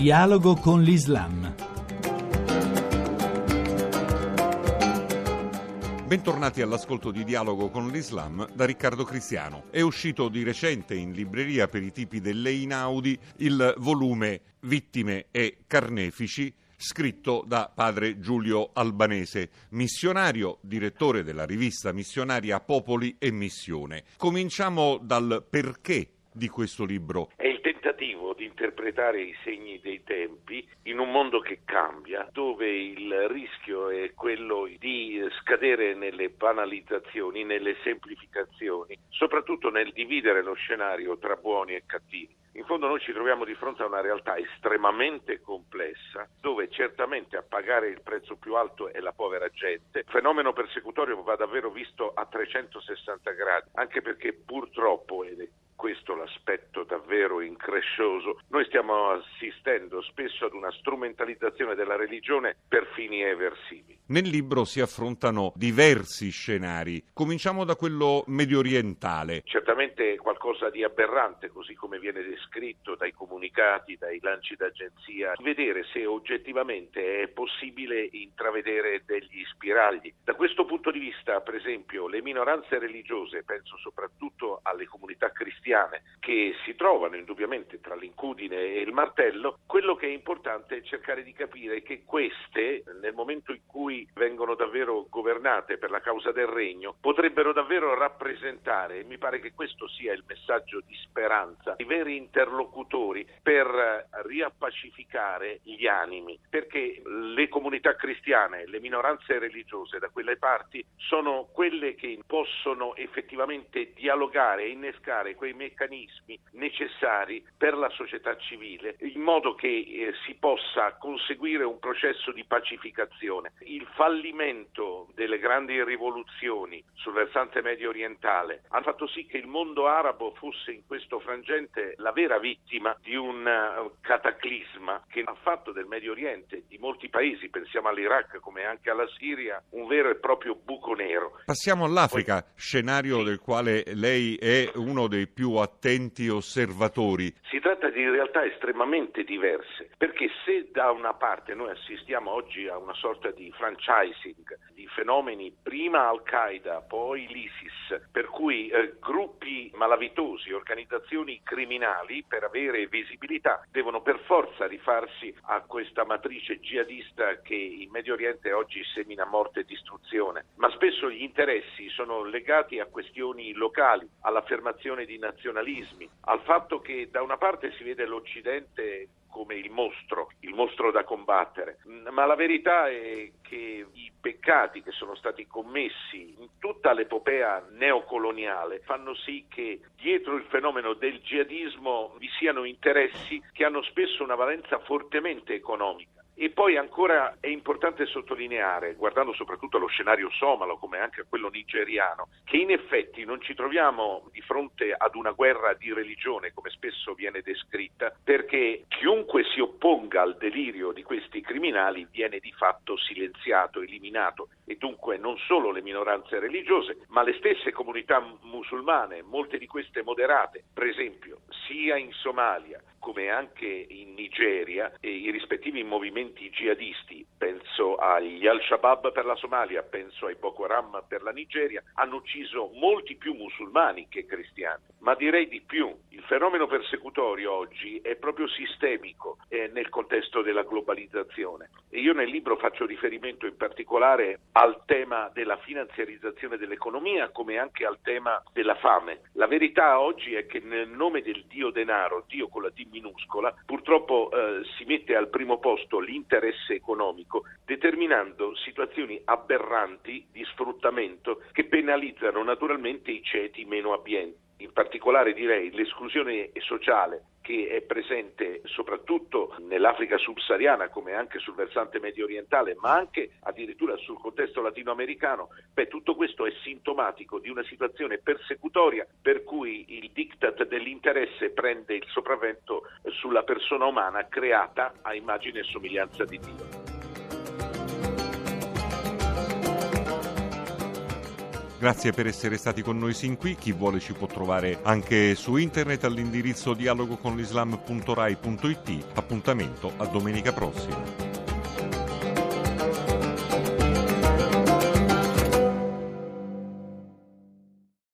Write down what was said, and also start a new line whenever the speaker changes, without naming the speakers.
Dialogo con l'Islam.
Bentornati all'ascolto di Dialogo con l'Islam da Riccardo Cristiano. È uscito di recente in libreria per i tipi dell'Einaudi il volume Vittime e Carnefici, scritto da padre Giulio Albanese, missionario, direttore della rivista missionaria Popoli e Missione. Cominciamo dal perché di questo libro.
È il tentativo di interpretare i segni dei tempi in un mondo che cambia, dove il rischio è quello di scadere nelle banalizzazioni, nelle semplificazioni, soprattutto nel dividere lo scenario tra buoni e cattivi. In fondo noi ci troviamo di fronte a una realtà estremamente complessa, dove certamente a pagare il prezzo più alto è la povera gente. Il fenomeno persecutorio va davvero visto a 360 gradi, anche perché purtroppo, ed è questo l'aspetto davvero increscioso, noi stiamo assistendo spesso ad una strumentalizzazione della religione per fini eversivi.
Nel libro si affrontano diversi scenari. Cominciamo da quello mediorientale.
Certamente è qualcosa di aberrante, così come viene descritto dai comunicati, dai lanci d'agenzia, vedere se oggettivamente è possibile intravedere degli spiragli. Da questo punto di vista, per esempio, le minoranze religiose, penso soprattutto alle comunità cristiane, che si trovano indubbiamente tra l'incudine e il martello, quello che è importante è cercare di capire che queste, nel momento in cui vengono davvero governate per la causa del regno, potrebbero davvero rappresentare, e mi pare che questo sia il messaggio di speranza, i veri interlocutori per riappacificare gli animi, perché le comunità cristiane, le minoranze religiose da quelle parti sono quelle che possono effettivamente dialogare e innescare quei meccanismi necessari per la società civile, in modo che si possa conseguire un processo di pacificazione. Il fallimento delle grandi rivoluzioni sul versante medio orientale ha fatto sì che il mondo arabo fosse in questo frangente la vera vittima di un cataclisma che ha fatto del Medio Oriente, di molti paesi, pensiamo all'Iraq come anche alla Siria, un vero e proprio buco nero.
Passiamo all'Africa, scenario del quale lei è uno dei più attenti osservatori.
Si tratta di realtà estremamente diverse, perché se da una parte noi assistiamo oggi a una sorta di franchising di fenomeni, prima Al-Qaeda, poi l'ISIS, per cui gruppi malavitosi, organizzazioni criminali, per avere visibilità, devono per forza rifarsi a questa matrice jihadista che in Medio Oriente oggi semina morte e distruzione, ma spesso gli interessi sono legati a questioni locali, all'affermazione di nazionalismi, al fatto che da una parte si vede l'Occidente come il mostro da combattere, ma la verità è che i peccati che sono stati commessi in tutta l'epopea neocoloniale fanno sì che dietro il fenomeno del jihadismo vi siano interessi che hanno spesso una valenza fortemente economica. E poi ancora è importante sottolineare, guardando soprattutto allo scenario somalo come anche a quello nigeriano, che in effetti non ci troviamo di fronte ad una guerra di religione come spesso viene descritta, perché chiunque si opponga al delirio di questi criminali viene di fatto silenziato, eliminato, e dunque non solo le minoranze religiose ma le stesse comunità musulmane, molte di queste moderate, per esempio sia in Somalia come anche in Nigeria, e i rispettivi movimenti jihadisti, penso agli Al-Shabaab per la Somalia, penso ai Boko Haram per la Nigeria, hanno ucciso molti più musulmani che cristiani. Ma direi di più, il fenomeno persecutorio oggi è proprio sistemico nel contesto della globalizzazione. E io nel libro faccio riferimento in particolare al tema della finanziarizzazione dell'economia come anche al tema della fame. La verità oggi è che nel nome del Dio denaro, Dio con la D minuscola, purtroppo si mette al primo posto l'interesse economico, determinando situazioni aberranti di sfruttamento che penalizzano naturalmente i ceti meno abbienti. In particolare direi l'esclusione sociale che è presente soprattutto nell'Africa subsahariana come anche sul versante medio orientale, ma anche addirittura sul contesto latinoamericano. Tutto questo è sintomatico di una situazione persecutoria per cui il diktat dell'interesse prende il sopravvento sulla persona umana creata a immagine e somiglianza di Dio.
Grazie per essere stati con noi sin qui. Chi vuole ci può trovare anche su internet all'indirizzo dialogoconlislam.rai.it. Appuntamento a domenica prossima.